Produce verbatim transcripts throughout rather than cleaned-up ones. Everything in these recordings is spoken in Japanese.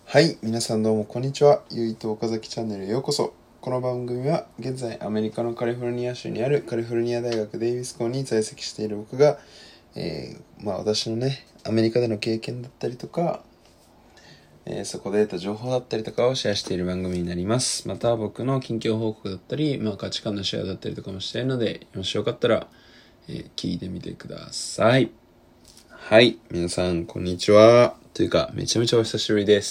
はい、皆さんどうもこんにちは。ゆいと岡崎チャンネルへようこそ。この番組は現在アメリカのカリフォルニア州にあるカリフォルニア大学デイビス校に在籍している僕が、えー、まあ私のね、アメリカでの経験だったりとか、えー、そこで得た情報だったりとかをシェアしている番組になります。また僕の近況報告だったり、まあ価値観のシェアだったりとかもしているので、もしよかったら、えー、聞いてみてください。はい、皆さんこんにちは。というか、めちゃめちゃお久しぶりです。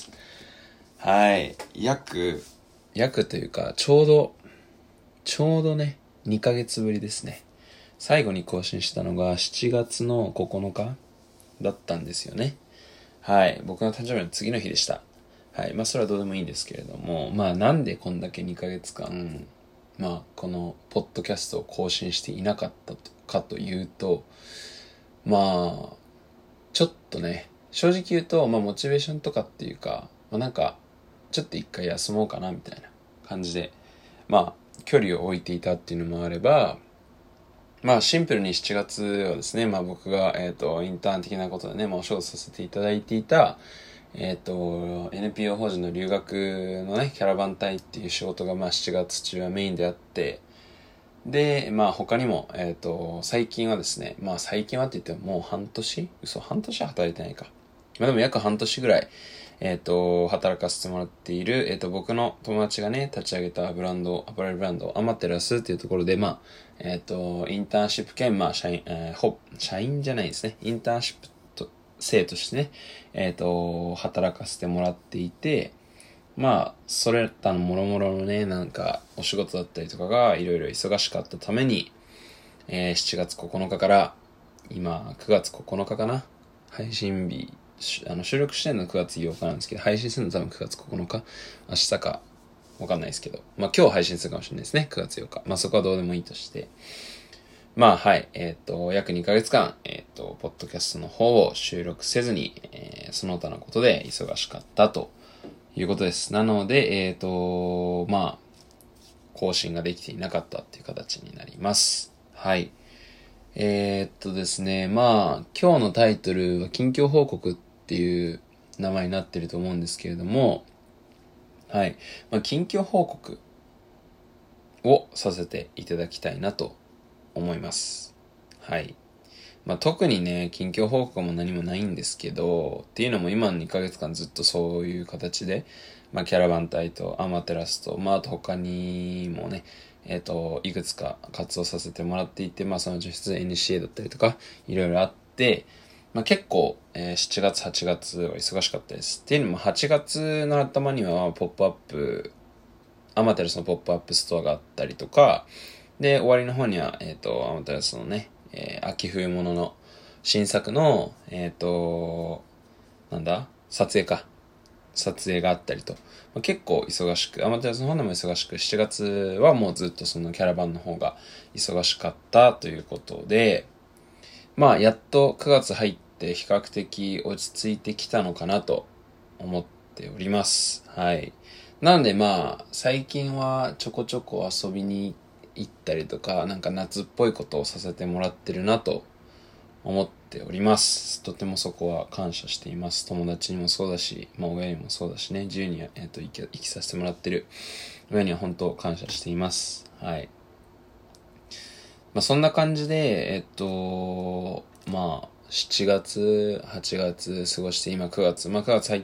はい、約、約というか、ちょうど、ちょうどね、にかげつぶりですね。最後に更新したのがしちがつのここのかだったんですよね。はい、僕の誕生日の次の日でした。はい、まあそれはどうでもいいんですけれども、まあなんでこんだけにかげつかん、まあこのポッドキャストを更新していなかったかというと、まあ、ちょっとね、正直言うと、まあモチベーションとかっていうか、まあなんか、ちょっと一回休もうかなみたいな感じで、まあ距離を置いていたっていうのもあれば、まあシンプルにしちがつはですね、まあ僕が、えっと、インターン的なことでね、まあお仕事させていただいていた、えっと、エヌピーオー 法人の留学のね、キャラバン隊っていう仕事がまあしちがつ中はメインであって、で、まあ他にも、えっと、最近はですね、まあ最近はって言ってももう半年嘘、半年は働いてないか。まあでも約半年ぐらい、えっと、働かせてもらっている、えっと、僕の友達がね、立ち上げたブランド、アパレルブランド、アマテラスっていうところで、まあ、えっと、インターンシップ兼、まあ、社員、えー、ほ、社員じゃないですね。インターンシップと、生としてね、えっと、働かせてもらっていて、まあ、それらの諸々のね、なんか、お仕事だったりとかが、いろいろ忙しかったために、えー、しちがつここのかから、今、くがつここのかかな配信日、あの収録してるのくがつようかなんですけど、配信するの多分くがつここのか明日かわかんないですけど、まあ今日配信するかもしれないですね。くがつようか。まあそこはどうでもいいとして。まあはい、えっ、ー、と、約にかげつかん、えっ、ー、と、ポッドキャストの方を収録せずに、えー、その他のことで忙しかったということです。なので、えっ、ー、と、まあ、更新ができていなかったっていう形になります。はい。えー、っとですね、まあ、今日のタイトルは近況報告っていう名前になってると思うんですけれども、はい。まあ、近況報告をさせていただきたいなと思います。はい。まあ、特にね、近況報告も何もないんですけど、っていうのも今のにかげつかんずっとそういう形で、まあ、キャラバン隊とアマテラスと、まあ、あと他にもね、えっ、ー、と、いくつか活動させてもらっていて、まあ、その実質 エヌシーエー だったりとか、いろいろあって、まあ、結構、えー、しちがつ、はちがつは忙しかったです。っていうのも、はちがつの頭には、ポップアップ、アマテラスのポップアップストアがあったりとか、で、終わりの方には、えっ、ー、と、アマテラスのね、えー、秋冬物の新作の、えっ、ー、と、なんだ撮影か。撮影があったりと。まあ、結構忙しく、アマテラスの方でも忙しく、しちがつはもうずっとそのキャラバンの方が忙しかったということで、まあ、やっとくがつ入って比較的落ち着いてきたのかなと思っております。はい。なんでまあ、最近はちょこちょこ遊びに行ったりとか、なんか夏っぽいことをさせてもらってるなと思っております。とてもそこは感謝しています。友達にもそうだし、まあ親にもそうだしね、自由に、えー、と生き、生きさせてもらってる親には本当感謝しています。はい。まあそんな感じで、えっと、まあ、しちがつ、はちがつ過ごして今くがつ、まあくがつ入って、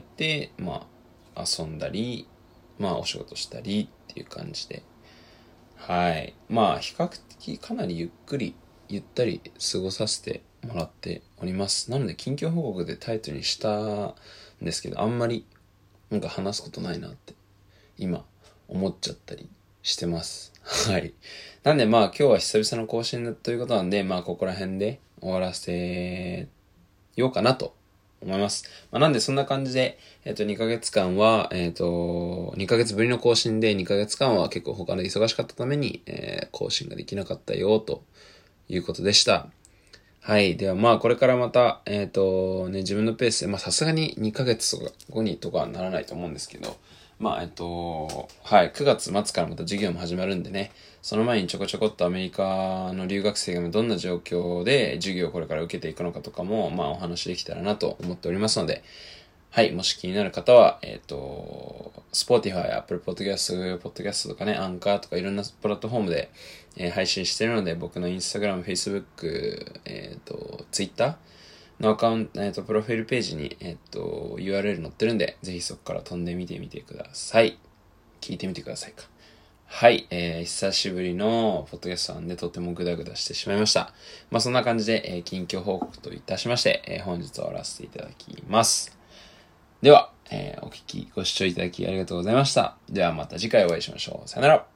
まあ遊んだり、まあお仕事したりっていう感じで、はい。まあ比較的かなりゆっくり、ゆったり過ごさせてもらっております。なので近況報告でタイトルにしたんですけど、あんまりなんか話すことないなって今思っちゃったりしてます。はい。なんでまあ今日は久々の更新ということなんで、まあここら辺で終わらせようかなと思います。まあ、なんでそんな感じで、えっと、にかげつかんは、えっと、にかげつぶりの更新で、にかげつかんは結構他で忙しかったために、えー、更新ができなかったよ、ということでした。はい。ではまあ、これからまた、えっと、ね、自分のペースで、まあ、さすがににかげつとかごにとかはならないと思うんですけど、まあ、えっと、はい。くがつ末からまた授業も始まるんでね、その前にちょこちょこっとアメリカの留学生がどんな状況で授業をこれから受けていくのかとかも、まあ、お話できたらなと思っておりますので、 はい、もし気になる方は、えっと、Spotify、Apple Podcast、Google Podcast とかね、アンカーとかいろんなプラットフォームで、えー配信しているので、僕の Instagram、Facebook、えっと、Twitter のアカウント、えっと、プロフィールページに、えっと、ユーアールエル 載ってるんで、ぜひそこから飛んでみてみてください。聞いてみてくださいか。はい、えー、久しぶりのポッドキャストなんでとてもグダグダしてしまいました。まあそんな感じで、えー近況報告といたしまして、えー本日は終わらせていただきます。では、えーお聞きご視聴いただきありがとうございました。ではまた次回お会いしましょう。さよなら。